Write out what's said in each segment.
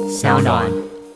小暖，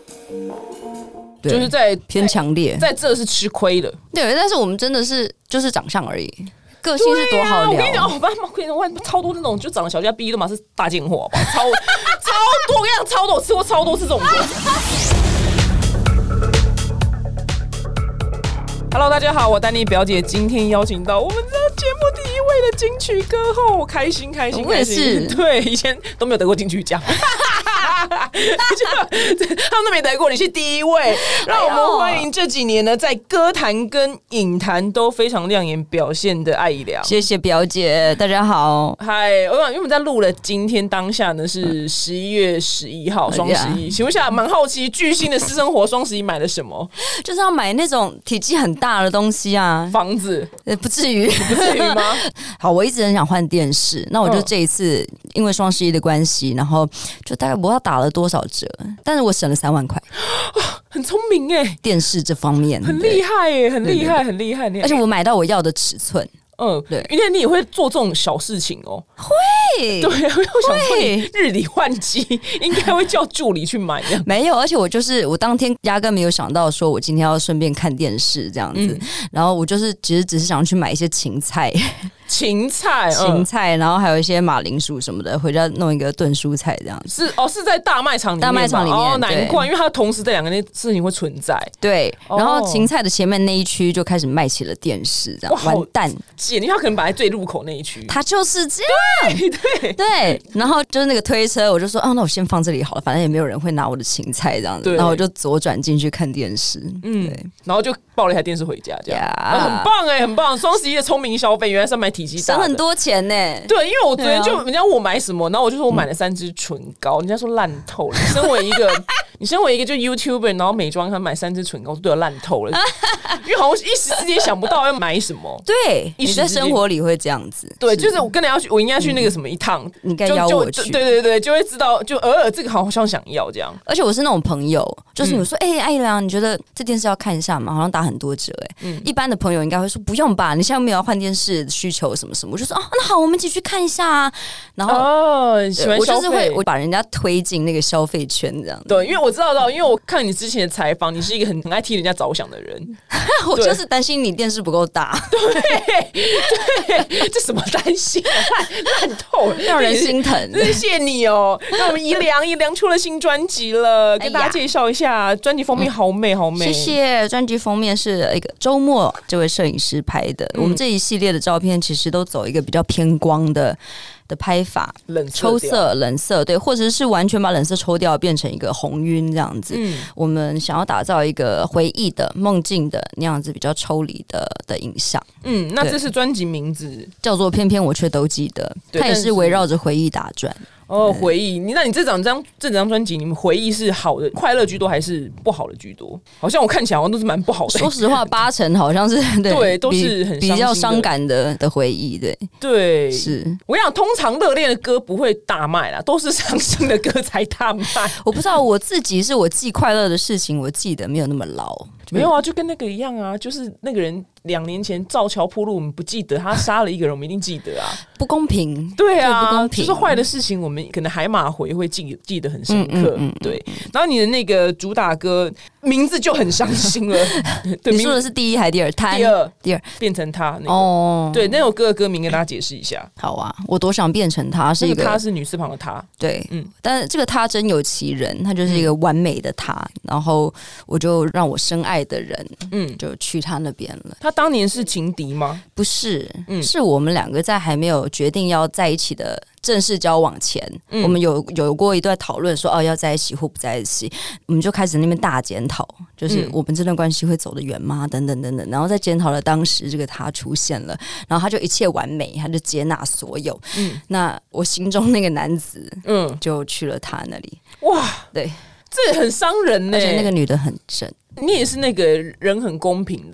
就是在偏强烈， 在这是吃亏的。 对，但是我们真的是就是长相而已，个性是多好聊。 我跟你讲，我超多那种就长得小家逼都嘛是大贱货，好不好？超多，我跟你讲超多，我吃过超多次这种人。Hello， 大家好，我丹妮表姐今天邀请到我们这节目第一位的金曲歌后，开心。 我也是， 对，以前都没有得过金曲奖，他们都没得过，你是第一位。让我们欢迎这几年呢，在歌坛跟影坛都非常亮眼表现的艾怡良。 谢谢表姐，大家好。 嗨，因为我们在录了今天当下呢是11月11号双11，请问一下，蛮好奇巨星的私生活双11买了什么？ 就是要买那种体积很大的东西啊， 房子？ 不至于吗？ 好，我一直很想换电视，那我就这一次因为双11的关系，然后就大概不知道打了多少折，但是我省了3万块。 很聪明哎， 电视这方面很厉害哎，很厉害，很厉害， 而且我买到我要的尺寸。 对，因为你也会做这种小事情哦。 会， 对，我想说你日理万机，应该会叫助理去买的。 没有，而且我当天压根没有想到说我今天要顺便看电视这样子，然后我就是其实只是想去买一些芹菜，然后还有一些马铃薯什么的，回家弄一个炖蔬菜这样子。 是在大卖场里面。 大卖场里面， 难怪，因为它同时这两个事情会存在。 对，然后芹菜的前面那一区就开始卖起了电视，这样完蛋。 因为它可能摆在最入口那一区， 它就是这样。对，然后就是那个推车，我就说那我先放这里好了，反正也没有人会拿我的芹菜这样子。然后我就左转进去看电视，对， 然后就抱了一台电视回家，这样很棒哎，很棒！双11的聪明消费，原来是买体积大的， 省很多钱呢。 对，因为我昨天就人家问我买什么，然后我就说我买了3支唇膏，人家说烂透了。你身为一个就 YouTuber， 然后美妆，他买3支唇膏，对我烂透了，因为好像一时之间想不到要买什么。 对，你在生活里会这样子。 对，就是我跟人要去，我应该去那个什么一趟， 你应该邀我去。 对，就会知道，就偶尔这个好像想要这样。 而且我是那种朋友，就是你说，艾怡良，你觉得这电视要看一下吗？好像打很多折一般的朋友应该会说不用吧，你现在没有要换电视需求什么什么。我就说那好，我们一起去看一下啊。然后喜欢消费， 我把人家推进那个消费圈这样。 对，因为我知道，因为我看你之前的采访，你是一个很爱替人家着想的人。 我就是担心你电视不够大。 对，这什么担心啊？烂透了， 让人心疼。 谢谢你哦。那我们怡良出了新专辑了，跟大家介绍一下。专辑封面好美，好美。 谢谢。专辑封面是一个周末这位摄影师拍的。我们这一系列的照片其实都走一个比较偏光的拍法，抽色冷色，对，或者是完全把冷色抽掉，变成一个红晕这样子。我们想要打造一个回忆的、梦境的那样子比较抽离的影像。 那这是专辑名字叫做《偏偏我却都记得》，它也是围绕着回忆打转。 回忆，那你这张专辑，你们回忆是好的、快乐居多，还是不好的居多？好像我看起来好像都是蛮不好的。 说实话，80%好像是对，都是很比较伤感的回忆。 对， 是我想通常热恋的歌不会大卖啦，都是伤心的歌才大卖。 我不知道，我自己是我记快乐的事情，我记得没有那么牢。 没有啊，就跟那个一样啊，就是那个人2年前造桥铺路，我们不记得，他杀了一个人，我们一定记得啊， 不公平。 对啊， 不公平， 就是坏的事情，我们可能海马回会记得很深刻。对，然后你的那个主打歌名字就很伤心了。 你说的是第一还是第二？第二变成他那个对，那首歌的歌名跟大家解释一下。 好啊，我多想变成他，是一个他是女字旁的他。 对，但是这个他真有其人，他就是一个完美的他，然后我就让我深爱的人，就去他那边了。 他当年是情敌吗？ 不是，是我们2个在还没有决定要在一起的正式交往前，我们有过一段讨论，说要在一起或不在一起，我们就开始那边大检讨，就是我们这段关系会走得远吗？等等等等。然后在检讨了当时这个他出现了，然后他就一切完美，他就接纳所有。那我心中那个男子，就去了他那里。 哇， 对， 这很伤人呢。 而且那个女的很正。 你也是那个人很公平的，因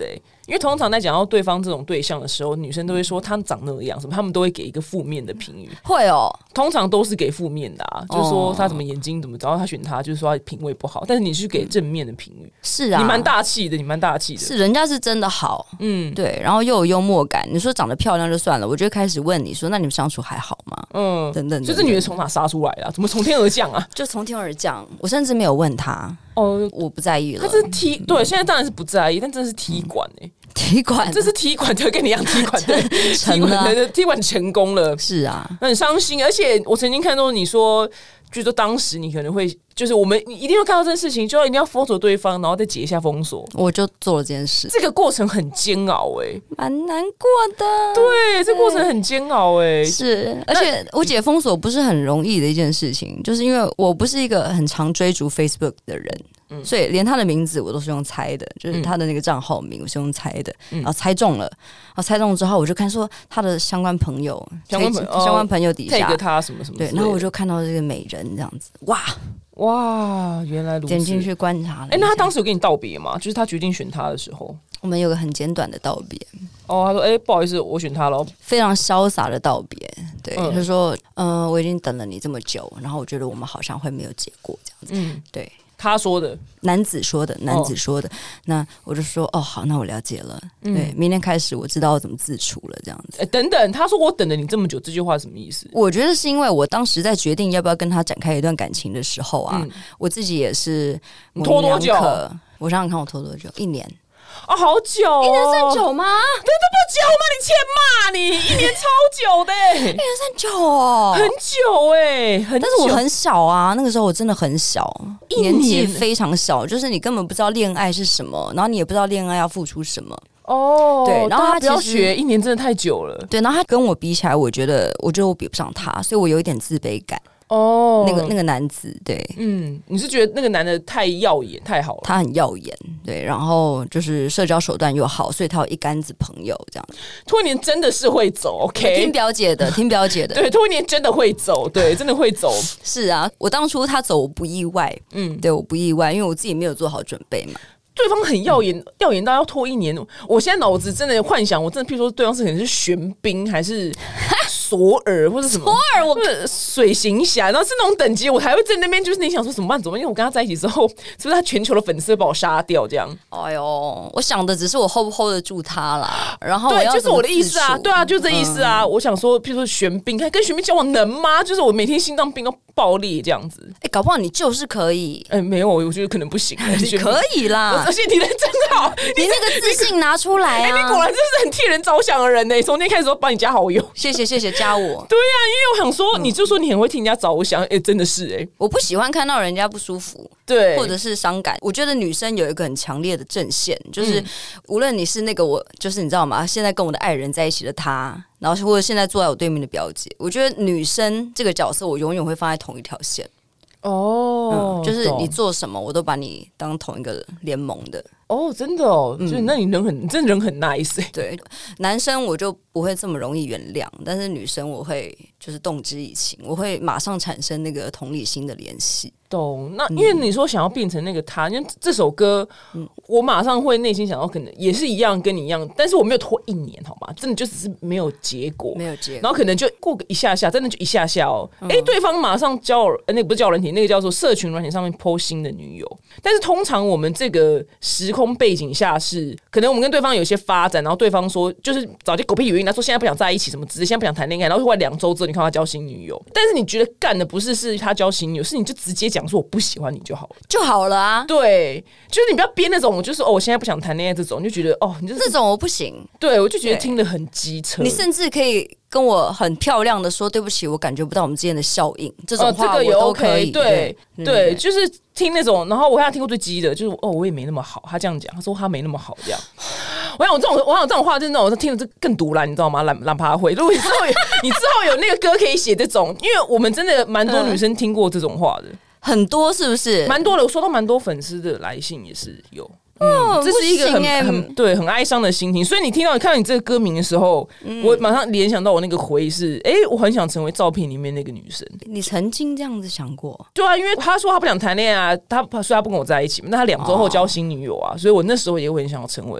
因为通常在讲到对方这种对象的时候，女生都会说他长那样什么，他们都会给一个负面的评语。 会哦， 通常都是给负面的啊，就是说他怎么眼睛怎么着，他选他就是说他品味不好，但是你是给正面的评语。 是啊， 你蛮大气的，你蛮大气的。 是人家是真的好，对，然后又有幽默感。你说长得漂亮就算了，我就会开始问你说，那你们相处还好吗？等等， 就是女的从哪杀出来的？怎么从天而降啊？ 就从天而降，我甚至没有问他。我不在意了。 他是对，现在当然是不在意，但真的是踢馆踢馆， 这是踢馆的，跟你一样踢馆的，踢馆成功了。 是啊， 很伤心。而且我曾经看到你说，就是说当时你可能会，就是你一定要看到这件事情，就要一定要封锁对方，然后再解一下封锁。 我就做了这件事， 这个过程很煎熬蛮难过的。 对，这过程很煎熬是，而且我解封锁不是很容易的一件事情，就是因为我不是一个很常追逐 Facebook 的人。所以连他的名字我都是用猜的，就是他的那个账号名我是用猜的，然后猜中了，然后猜中之后我就看说他的相关朋友底下 take 他什么什么， 对，然后我就看到这个美人这样子，哇， 原来如此， 点进去观察了。 那他当时有跟你道别吗？就是他决定选他的时候， 我们有个很简短的道别。 他说不好意思，我选他了，非常潇洒的道别。对，他说我已经等了你这么久，然后我觉得我们好像会没有结果这样子。对。 他说的， 男子说的，那我就说好，那我了解了。对，明天开始我知道我怎么自处了，这样子。 等等，他说我等了你这么久，这句话什么意思？ 我觉得是因为我当时在决定要不要跟他展开一段感情的时候啊，我自己也是拖多久？ 我想想看，我拖多久？1年。 好久 1年算久吗？ 这不久吗？你欠骂你1年超久的 1年算久哦， 很久但是我很小啊，那个时候我真的很小，年纪非常小，就是你根本不知道恋爱是什么，然后你也不知道恋爱要付出什么。对，然后他不要学1年真的太久了。 对，然后他跟我比起来，我觉得我比不上他，所以我有一点自卑感。那个男子，对， 你是觉得那个男的太耀眼太好了？ 他很耀眼，对，然后就是社交手段又好，所以他有一竿子朋友这样。 托尼真的是会走 ，OK？ 听表姐的， 对，托尼真的会走，对，真的会走。 是啊，我当初他走我不意外，对，我不意外，因为我自己没有做好准备嘛。 对方很耀眼到要拖1年，我现在脑子真的幻想，我真的譬如说对方是可能是玄彬还是索尔或者什么，或者水行侠，然后是那种等级，我还会在那边就是你想说怎么办？因为我跟他在一起之后，是不是他全球的粉丝会把我杀掉？这样？ 哎呦，我想的只是我 hold 不 hold 得住他啦。然后对，就是我的意思啊，对啊，就这意思啊。我想说，譬如说玄彬，跟玄彬交往能吗？就是我每天心脏病都爆裂这样子。 搞不好你就是可以。 没有，我觉得可能不行。 你可以啦。 而且你人真好， 你那个自信拿出来啊！ 你果然真是很替人着想的人呢。从今天开始都帮你加好友， 谢谢加我。 对啊，因为我想说，你就说你很会替人家着想，真的是我不喜欢看到人家不舒服， 对， 或者是伤感。我觉得女生有一个很强烈的阵线，就是无论你是那个就是你知道吗？现在跟我的爱人在一起的他，然后或者现在坐在我对面的表姐，我觉得女生这个角色，我永远会放在同一条线。就是你做什么，我都把你当同一个联盟的。 真的就是那你真的人很 nice。 对，男生我就不会这么容易原谅，但是女生我会就是动之以情，我会马上产生那个同理心的联系。 懂？那因为你说想要变成那个他，因为这首歌，我马上会内心想到，可能也是一样，跟你一样，但是我没有拖1年，好吗？真的就只是没有结果，然后可能就过个一下下，真的就一下下对方马上那个不是交友软体，那个叫做社群软体上面 po 新的女友。但是通常我们这个时空背景下是，可能我们跟对方有一些发展，然后对方说就是找些狗屁原因，他说现在不想在一起，什么只是现在不想谈恋爱，然后后来2周之后，你看他交新女友。但是你觉得干的不是他交新女友，是你就直接讲说我不喜欢你就好了啊。对，就是你不要编那种就是我现在不想谈恋爱这种，你就觉得你就是这种我不行。 对，我就觉得听得很机车。 你甚至可以跟我很漂亮的说对不起，我感觉不到我们之间的效应，这种话我都可以。 对，就是听那种。然后我跟他听过最鸡的就是我也没那么好，他这样讲，他说他没那么好这样。我想这种话，就是那种听着更毒辣，你知道吗？懒趴会。如果你之后有那个歌可以写这种，因为我们真的蛮多女生听过这种话的。很多是不是？蛮多的，我收到蛮多粉丝的来信也是有。这是一个很哀伤的心情。所以你看到你这个歌名的时候，我马上联想到我那个回忆是，我很想成为照片里面那个女生。你曾经这样子想过？对啊，因为他说他不想谈恋爱啊，所以他不跟我在一起嘛。那他2周后交新女友啊，所以我那时候也会很想要成为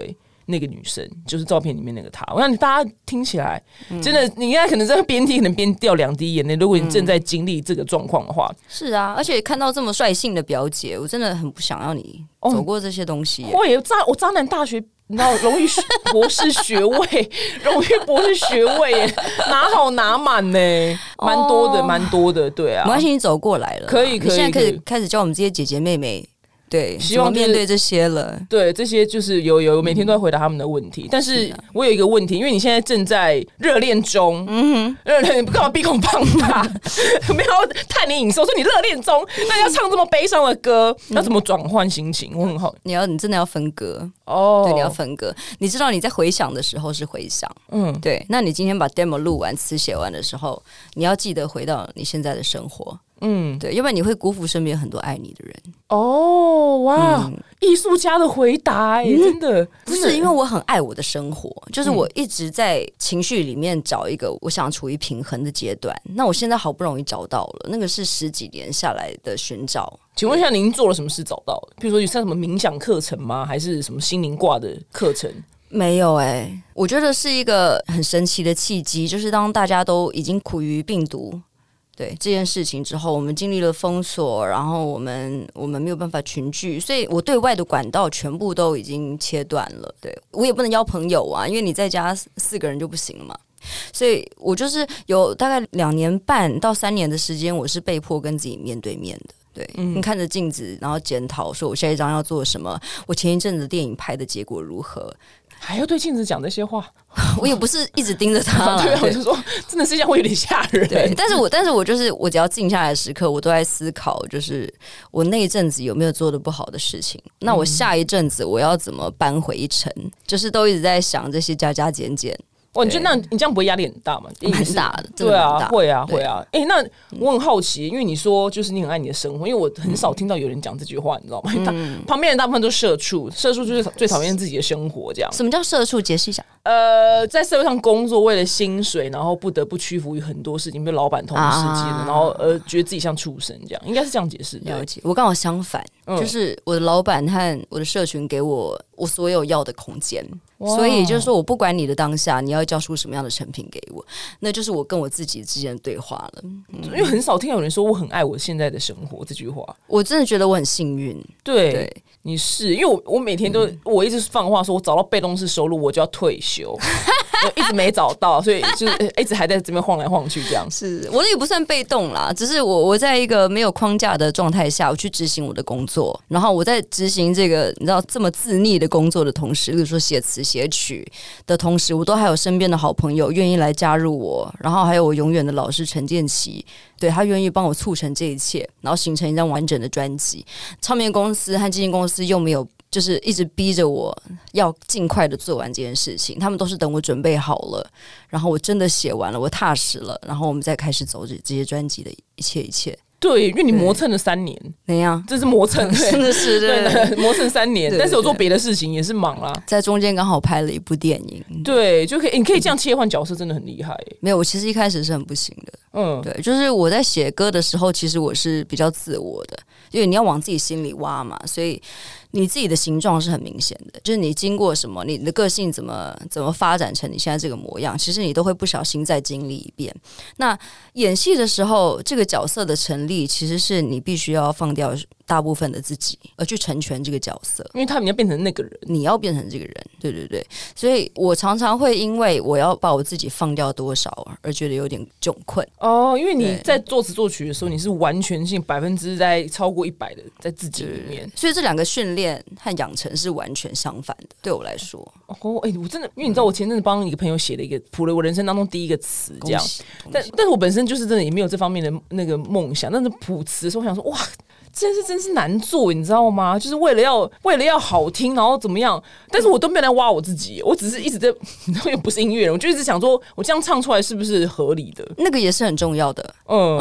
那个女生，就是照片里面那个她。我想大家听起来真的，你应该可能在边听，可能边掉2滴眼泪。如果你正在经历这个状况的话， 是啊，而且看到这么率性的表姐，我真的很不想要你走过这些东西。 我渣男大学。你知道荣誉博士学位，荣誉博士学位耶，拿好拿满呢，蛮多的，对啊。 没关系，你走过来了， 可以。 你现在可以开始教我们这些姐姐妹妹。对， 希望、 面对这些了。 对，这些就是有每天都在回答他们的问题。但是我有一个问题，因为你现在正在热恋中，热恋你干嘛鼻孔放大？没有探你隐私，我说你热恋中，那要唱这么悲伤的歌，要怎么转换心情？我很好， 你真的要分割哦， 对，你要分割。你知道你在回想的时候是回想，对。那你今天把 demo 录完、词写完的时候，你要记得回到你现在的生活。对，要不然你会辜负身边很多爱你的人。 哦，哇，艺术家的回答，真的不是因为我很爱我的生活，就是我一直在情绪里面找一个我想处于平衡的阶段。那我现在好不容易找到了，那个是10几年下来的寻找。 请问一下，您做了什么事找到的？比如说有像什么冥想课程吗？还是什么心灵卦的课程？ 没有我觉得是一个很神奇的契机，就是当大家都已经苦于病毒。对这件事情之后，我们经历了封锁，然后我们没有办法群聚，所以我对外的管道全部都已经切断了。对，我也不能邀朋友啊，因为你在家4个人就不行了嘛。所以我就是有大概2年半到3年的时间，我是被迫跟自己面对面的。对，你看着镜子，然后检讨说我下一张要做什么，我前一阵子的电影拍的结果如何。 还要对镜子讲这些话， 我也不是一直盯着他对，我就说真的是这样会有点吓人。 对，但是我就是我只要静下来的时刻，我都在思考，就是我那一阵子有没有做的不好的事情，那我下一阵子我要怎么扳回城，就是都一直在想这些加加减减。 哇，你觉得你这样不会压力很大吗？ 很大的， 对啊，会啊。那我很好奇，因为你说就是你很爱你的生活，因为我很少听到有人讲这句话，你知道吗？旁边人大部分都社畜，社畜就是最讨厌自己的生活这样。 什么叫社畜？解释一下。 在社会上工作，为了薪水，然后不得不屈服于很多事情，比如老板、同事之间的，然后觉得自己像畜生这样，应该是这样解释。 了解。我刚好相反，就是我的老板和我的社群给我所有要的空间。所以就是说我不管你的当下你要交出什么样的成品给我，那就是我跟我自己之间的对话了。 因为很少听到有人说我很爱我现在的生活这句话， 我真的觉得我很幸运。 对，你是因为我每天都我一直放话说我找到被动式收入我就要退休。一直没找到，所以就是一直还在这边晃来晃去这样。 是我也不算被动啦，只是我在一个没有框架的状态下，我去执行我的工作，然后我在执行这个你知道这么自溺的工作的同时，例如说写词写曲的同时，我都还有身边的好朋友愿意来加入我，然后还有我永远的老师陈建奇，对他愿意帮我促成这一切，然后形成一张完整的专辑。唱片公司和经纪公司又没有就是一直逼着我要尽快的做完这件事情，他们都是等我准备好了，然后我真的写完了，我踏实了，然后我们再开始走这些专辑的一切。 对，因为你磨蹭了3年， 怎样？ 这是磨蹭， 真的是对，磨蹭3年，但是有做别的事情也是忙啦， 在中间刚好拍了一部电影， 对，就可以，你可以这样切换角色，真的很厉害。 没有，我其实一开始是很不行的，对，就是我在写歌的时候，其实我是比较自我的，因为你要往自己心里挖嘛，所以你自己的形状是很明显的，就是你经过什么，你的个性怎么发展成你现在这个模样，其实你都会不小心再经历一遍。那演戏的时候，这个角色的成立，其实是你必须要放掉大部分的自己，而去成全这个角色， 因为你要变成那个人， 你要变成这个人，对。所以我常常会因为我要把我自己放掉多少而觉得有点窘困。 哦，因为你在作词作曲的时候，你是完全性100%在超过100%的在自己里面， 所以这两个训练和养成是完全相反的，对我来说。 哦，我真的，因为你知道，我前阵子帮一个朋友写了一个谱了我人生当中第一个词，这样，但是我本身就是真的也没有这方面的那个梦想，但是谱词的时候，我想说，哇。真是难做，你知道吗？就是为了要好听，然后怎么样？但是我都没有来挖我自己，我只是一直在，你知道，又不是音乐人，我就一直想说，我这样唱出来是不是合理的？ 那个也是很重要的，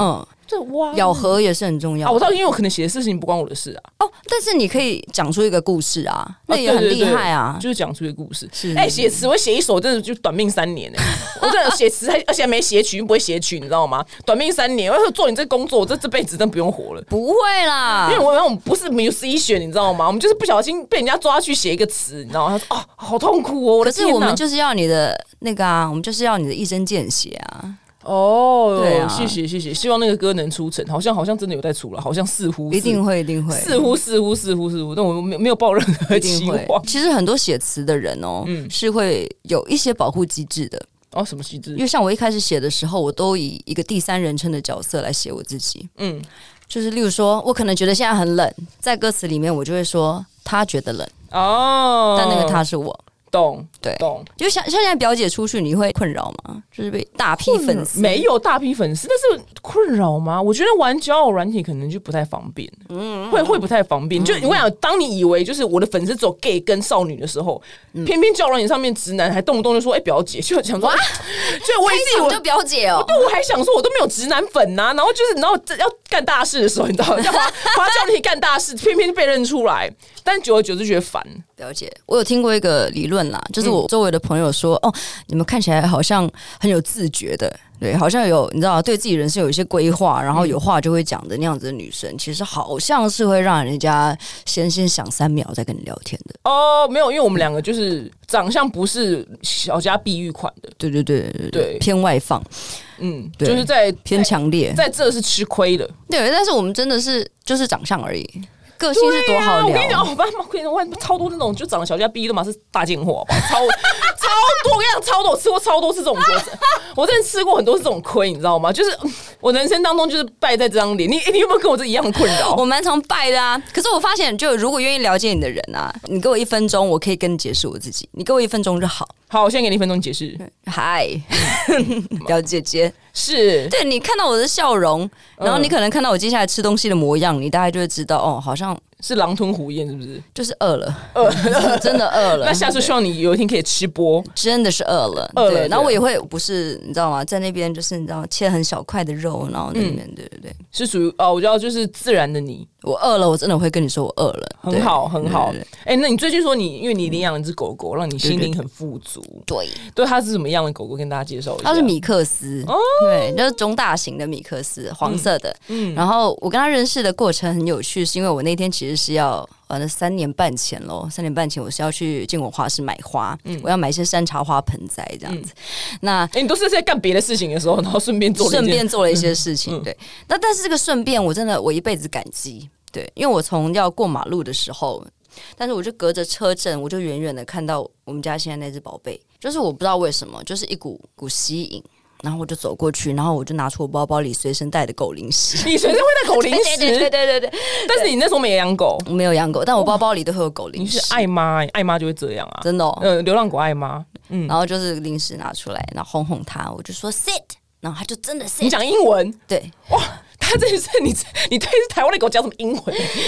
这哇， 咬合也是很重要啊。我知道，因为我可能写的事情不关我的事啊。 但是你可以讲出一个故事啊，那也很厉害啊。 就是讲出一个故事。写词我写一首真的就短命3年我真的写词而且还没写曲，不会写曲，你知道吗？短命3年，我要做你这工作，我这辈子真的不用活了。 不会啦， 因为我们不是 musician， 你知道吗？我们就是不小心被人家抓去写一个词，你知道吗？好痛苦哦！我的天哪！ 可是我们就是要你的那个啊，我们就是要你的一针见血啊。 对啊，谢谢，希望那个歌能出成，好像真的有在出了，好像似乎一定会， 似乎，但我没有抱任何期望。 其实很多写词的人是会有一些保护机制的。 什么机制？ 因为像我一开始写的时候，我都以一个第三人称的角色来写我自己。就是例如说，我可能觉得现在很冷，在歌词里面我就会说他觉得冷但那个他是我。 懂。 就像现在表姐出去，你会困扰吗？就是被大批粉丝？ 没有大批粉丝，但是困扰吗？我觉得玩交友软体可能就不太方便，会不太方便。就我想，当你以为就是我的粉丝只有 gay 跟少女的时候，偏偏交友软体上面直男还动不动就说表姐，就想说，就我自己就表姐哦， 对，我还想说我都没有直男粉然后要干大事的时候，你知道，要滑交友软体干大事，偏偏被认出来，但久而久之觉得烦。 了解，我有听过一个理论啦，就是我周围的朋友说，你们看起来好像很有自觉的，对，好像有你知道对自己人生有一些规划，然后有话就会讲的那样子的女生，其实好像是会让人家先想3秒再跟你聊天的。 没有，因为我们两个就是长相不是小家碧玉款的， 对，偏外放。 就是在偏强烈， 在这是吃亏的。 对，但是我们真的是就是长相而已。个性是多好聊，我跟你讲，超多那种就长得小家碧玉的嘛，是大贱货，超多，我跟你讲，超多，我吃过超多次这种我真的吃过很多次这种亏，你知道吗？就是我人生当中就是败在这张脸。你有没有跟我这一样的困扰？ 我蛮常败的啊。可是我发现，就如果愿意了解你的人啊，你给我1分钟，我可以跟你解释我自己。你给我1分钟就好。 好，我现在给你1分钟解释。 嗨，表姐姐， 是对你看到我的笑容，然后你可能看到我接下来吃东西的模样，你大概就会知道好像是狼吞虎咽，是不是？ 就是饿了，真的饿了。 那下次希望你有一天可以吃播， 真的是饿了。对，然后我也会不是你知道吗？在那边就是你知道切很小块的肉，然后那边对， 是属于我知道就是自然的你。 我饿了，我真的会跟你说我饿了， 很好，很好。那你最近说因为你领养了一只狗狗，让你心灵很富足。对，它是什么样的狗狗？跟大家介绍一下。 它是米克斯，对，就是中大型的米克斯，黄色的。然后我跟他认识的过程很有趣，是因为我那天其实是要那3年半前我是要去建国花市买花，我要买一些山茶花盆栽这样子。那你都是在干别的事情的时候，然后顺便做了一些事情，对。但是这个顺便，我一辈子感激。对，因为我从要过马路的时候，但是我就隔着车阵，我就远远的看到我们家现在那只宝贝，就是我不知道为什么，就是一股吸引，然后我就走过去，然后我就拿出我包包里随身带的狗零食。 你随身会带狗零食？ 对。 但是你那时候没养狗， 我没有养狗，但我包包里都会有狗零食。 你是爱妈，爱妈就会这样啊， 真的流浪狗爱妈。 然后就是零食拿出来，然后哄它，我就说 sit， 然后它就真的 sit。 你讲英文？ 对， 哇。他这是你对台湾的狗讲什么英文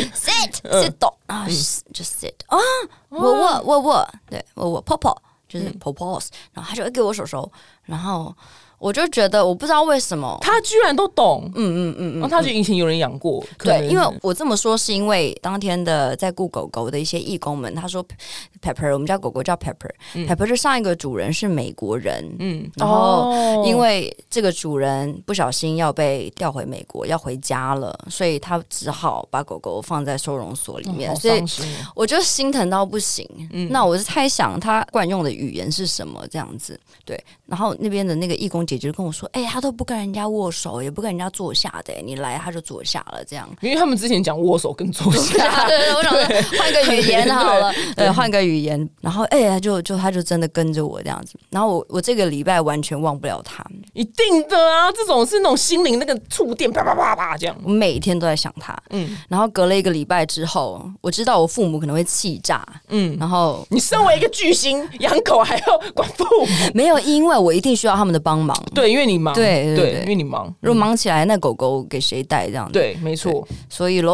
？sit 啊，就 sit 啊，我，对我婆婆就是婆婆，然后他就会给我手，然后我就觉得我不知道为什么他居然都懂，他就以前有人养过， 对，因为我这么说是因为当天的在顾狗狗的一些义工们，他说 Pepper， 我们家狗狗叫 Pepper，Pepper 的上一个主人是美国人，然后因为这个主人不小心要被调回美国，要回家了，所以他只好把狗狗放在收容所里面，所以我就心疼到不行。那我是猜想他惯用的语言是什么这样子，对，然后那边的那个义工姐姐就跟我说，他都不跟人家握手，也不跟人家坐下的，你来他就坐下了这样。 因为他们之前讲握手跟坐下， 对，我想换个语言好了，对，换个语言，然后他就真的跟着我这样子，然后我这个礼拜完全忘不了他。 一定的啊，这种是那种心灵那个触电，啪啪啪啪这样。 我每天都在想他，然后隔了1个礼拜之后，我知道我父母可能会气炸，然后你身为一个巨星，养狗还要管父母， 没有，因为我一定需要他们的帮忙， 对，因为你忙，对， 因为你忙， 如果忙起来，那狗狗给谁带这样子？ 对，没错。 所以咯，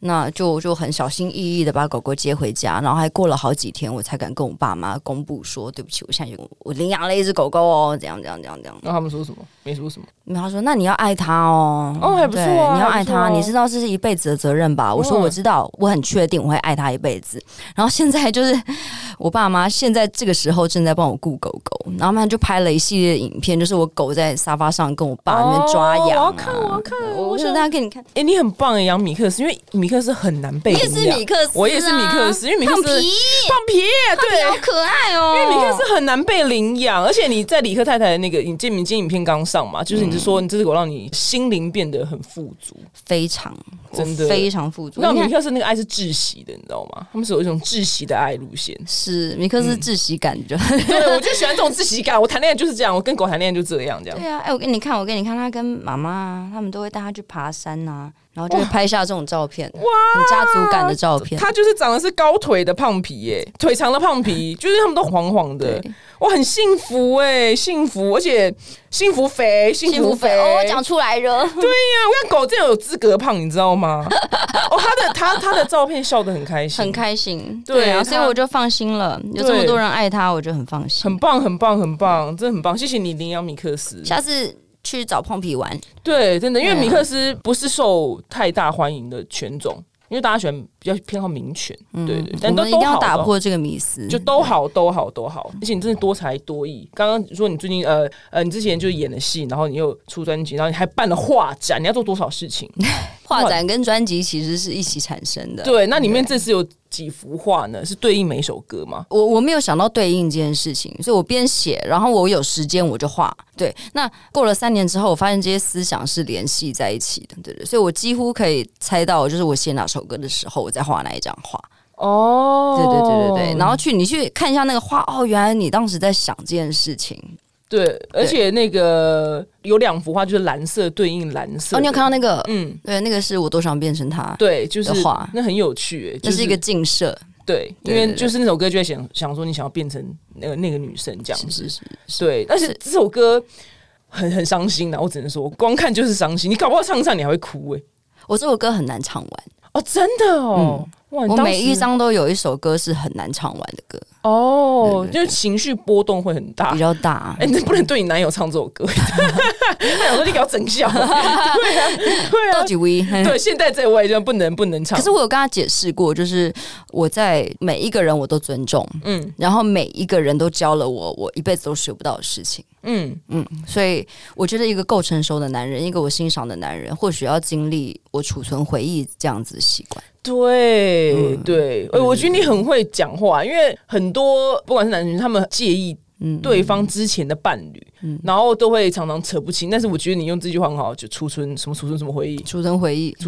那就很小心翼翼的把狗狗接回家，然后还过了好几天，我才敢跟我爸妈公布说，对不起，我现在我领养了一只狗狗哦，这样。 那他们说什么？没说什么。 然后他说：“那你要爱它哦， 还不错啊， 你要爱它，你知道这是一辈子的责任吧？”我说：“我知道，我很确定我会爱它一辈子。”然后现在就是我爸妈现在这个时候正在帮我顾狗狗，然后他们就拍了一系列影片，就是我狗在沙发上跟我爸那边抓痒、 我要看， 我想大家给你看。 你很棒养米克斯，因为米克斯很难被领养。 你也是米克斯、 我也是米克斯，因为米克斯胖皮， 对， 好可爱哦。 因为米克斯很难被领养，而且你在李克太太的那个你今天影片刚上嘛，就是你是说你这只狗让你心灵变得很富足， 非常真的非常富足。 那米克斯那个爱是窒息的，你知道吗？他们是有一种窒息的爱路线， 是米克斯窒息感就、 对，我就喜欢这种窒息感。我谈恋爱就是这样，我跟狗谈恋爱就这样。 对啊，我给你看，他跟妈妈他们都会带他去爬山啊。然后就会拍下这种照片，哇，很家族感的照片。 他就是长得是高腿的胖皮耶，腿长的胖皮，就是他们都黄黄的，哇，很幸福哎，幸福，而且幸福肥哦，我讲出来了。 对呀，我看狗真的有资格胖，你知道吗？哦，他的照片笑得很开心， 很开心， 对啊， 所以我就放心了。有这么多人爱他，我就很放心。 很棒，很棒，很棒，真的很棒！谢谢你领养米克斯， 下次去找胖皮玩。 对，真的，因为米克斯不是受太大欢迎的犬种，因为大家喜欢比较偏好名犬，对，但都一定要打破这个迷思， 就都好，而且你真的多才多艺。刚刚说你最近你之前就演了戏，然后你又出专辑，然后你还办了画展，你要做多少事情？ 画展跟专辑其实是一起产生的。 对，那里面这次有几幅画呢？是对应每首歌吗？ 我没有想到对应这件事情，所以我边写，然后我有时间我就画。对，那过了3年之后，我发现这些思想是联系在一起的，对，所以我几乎可以猜到，就是我写哪首歌的时候，我在画哪一张画。 哦， 对，然后你去看一下那个画，哦，原来你当时在想这件事情。 对，而且那个有2幅画，就是蓝色对应蓝色。 哦，你有看到那个？对，那个是我多想变成他。 对，就是画， 那很有趣， 那是一个镜射。 对，因为就是那首歌就会想说你想要变成那个女生这样子。 是。 对，但是这首歌很伤心的，我只能说，光看就是伤心。你搞不好唱你还会哭我这首歌很难唱完哦，真的哦。哇， 我每一张都有一首歌是很难唱完的歌哦，就是情绪波动会很大， 比较大。 你不能对你男友唱这首歌，他想说你给我整笑。对啊， 到几位？ 对，现在这位就不能唱。 可是我有跟他解释过，就是我在每一个人我都尊重，然后每一个人都教了我一辈子都学不到的事情。所以我觉得一个够成熟的男人，一个我欣赏的男人，或许要经历我储存回忆这样子的习惯。 对，我觉得你很会讲话，因为很多不管是男生，他们介意对方之前的伴侣，然后都会常常扯不清。但是我觉得你用这句话很好，就储存什么回忆， 储存回忆。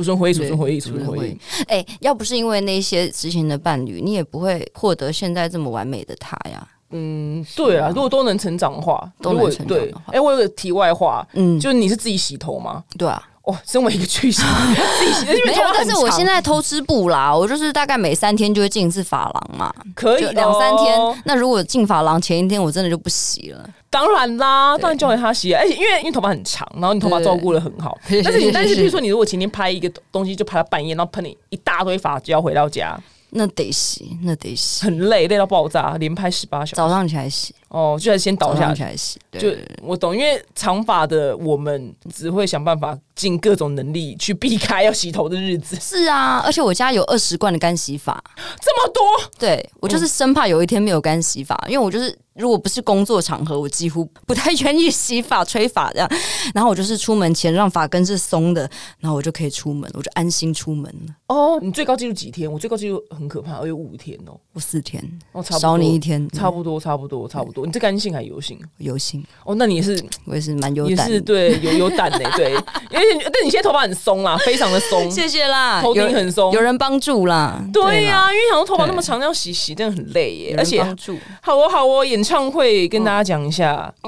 要不是因为那些之前的伴侣，你也不会获得现在这么完美的他呀。 对啊，如果都能成长的话， 都能成长的话。 我有个题外话，就是你是自己洗头吗？ 对啊。 身为一个巨星，自己洗， 没有，但是我现在偷吃步啦，我就是大概每3天就会进一次发廊嘛， 可以 2-3天。那如果进发廊前一天，我真的就不洗了。 当然啦，当然交给他洗，而且因为头发很长，然后你头发照顾得很好。但是譬如说你如果前天拍一个东西就拍到半夜，然后喷你一大堆发胶回到家。 那得洗，很累到爆炸，连拍18小时。 早上起来洗， 就还先倒下起来洗。 就我懂，因为长发的我们只会想办法尽各种能力去避开要洗头的日子。 是啊，而且我家有20罐的干洗法， 这么多。 对，我就是生怕有一天没有干洗法，因为我就是如果不是工作场合，我几乎不太愿意洗发吹发这样。然后我就是出门前让发根是松的，然后我就可以出门，我就安心出门了。 你最高纪录几天？我最高纪录很可怕，有5天哦。 我4天， 少你1天， 差不多。你这干性还油性？ 油性。 那你也是， 我也是蛮有胆， 也是对，有胆的，对。因为但你现在头发很松啦，非常的松。 谢谢啦， 头顶很松， 有人帮助啦。 对呀，因为想说头发那么长要洗真的很累耶，而且好哦，演唱会跟大家讲一下，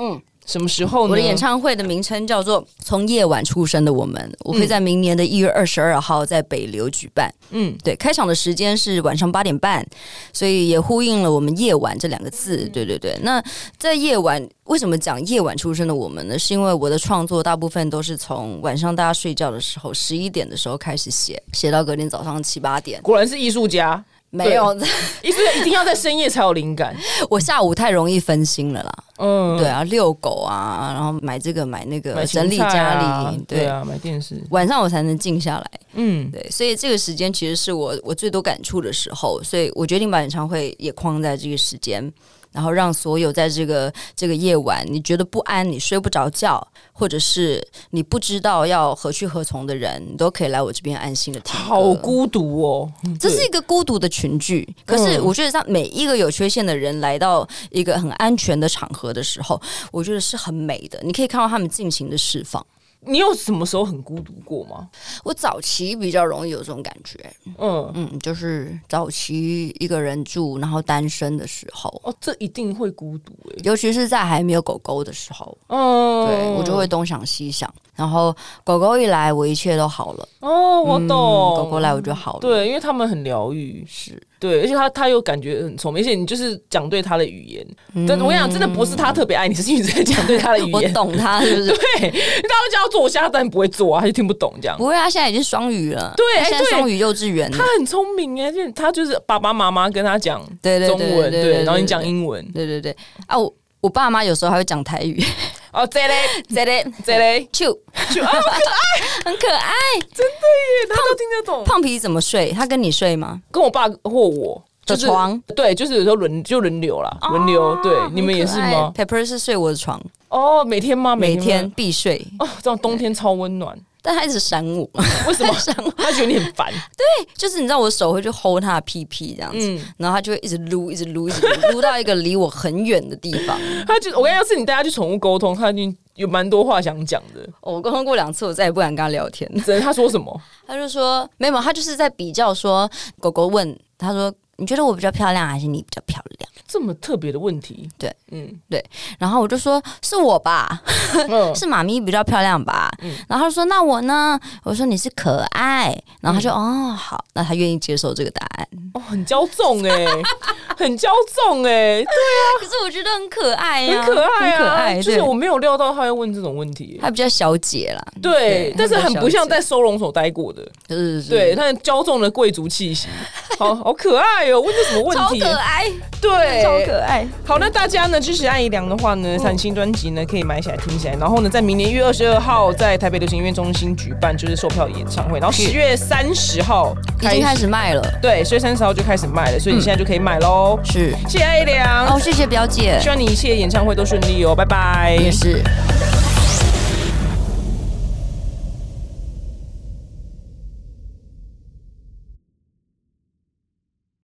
什么时候呢？ 我的演唱会的名称叫做《从夜晚出生的我们》，我会在明年的1月22号在北流举办。对，开场的时间是晚上8点半，所以也呼应了我们夜晚这2个字。对，那在夜晚，为什么讲夜晚出生的我们呢？是因为我的创作大部分都是从晚上大家睡觉的时候11点的时候开始写到隔天早上7、8点。 果然是艺术家。 没有， 一定要在深夜才有灵感。 我下午太容易分心了啦。对啊，遛狗啊，然后买这个买那个，整理家里， 对啊，买电视。 晚上我才能静下来。对，所以这个时间其实是我最多感触的时候，所以我决定把演唱会也框在这个时间。然后让所有在这个夜晚你觉得不安，你睡不着觉，或者是你不知道要何去何从的人，你都可以来我这边安心的听歌。 好孤独哦， 这是一个孤独的群聚。可是我觉得，像每一个有缺陷的人来到一个很安全的场合的时候，我觉得是很美的。你可以看到他们尽情的释放。 你有什么时候很孤独过吗？ 我早期比较容易有这种感觉，就是早期一个人住，然后单身的时候， 这一定会孤独尤其是在还没有狗狗的时候，对我就会东想西想，然后狗狗一来，我一切都好了。 我懂， 狗狗来我就好了。 对，因为他们很疗愈，是。对，而且他又感觉很聪明，而且你就是讲对他的语言。但我跟你讲，真的不是他特别爱你，是因为你在讲对他的语言。 我懂他，是不是？ 对，大家叫他做虾，但不会做啊，他就听不懂这样。 不会啊，现在已经双语了。 对， 现在双语幼稚园， 他很聪明他就是爸爸妈妈跟他讲中文，对，然后你讲英文， 对啊，我爸妈有时候还会讲台语。 这嘞， 啾， 很可爱， 很可爱， 真的耶，他都听得懂。 胖皮怎么睡？他跟你睡吗？ 跟我爸或我的床， 对，就是有时候轮流啦，轮流。对，你们也是吗 ？Pepper 是睡我的床。 每天吗？ 每天必睡。 这样冬天超温暖。 但他一直闪我， 为什么？他觉得你很烦。 对，就是你知道我手会去 hold 他的屁屁这样子，然后他就会一直撸到一个离我很远的地方。 我跟你讲，是你带他去宠物沟通，他已经有蛮多话想讲的。 我沟通过2次，我再也不敢跟他聊天。 他说什么？ 他就说没有，他就是在比较说，狗狗问他说：“你觉得我比较漂亮，还是你比较漂亮？” 这么特别的问题。 对，对。然后我就说是我吧，是妈咪比较漂亮吧。然后他就说那我呢？我说你是可爱。然后他就好，那他愿意接受这个答案。 很骄纵很骄纵对啊。 可是我觉得很可爱呀， 很可爱啊， 很可爱。 就是我没有料到他会问这种问题。 他比较小姐啦， 对，但是很不像在收容所待过的。对，他骄纵的贵族气息，好可爱哦！问这什么问题？ 超可爱， 对， 超可爱。 好，那大家呢支持艾怡良的话呢，他新专辑呢可以买起来听起来。然后呢，在明年1月22号在台北流行音乐中心举办就是售票演唱会，然后10月30号已经开始卖了。 对，10月30号就开始卖了，所以你现在就可以买喽。 是， 谢谢艾怡良。 谢谢表姐， 希望你一切演唱会都顺利哦，拜拜。 也是。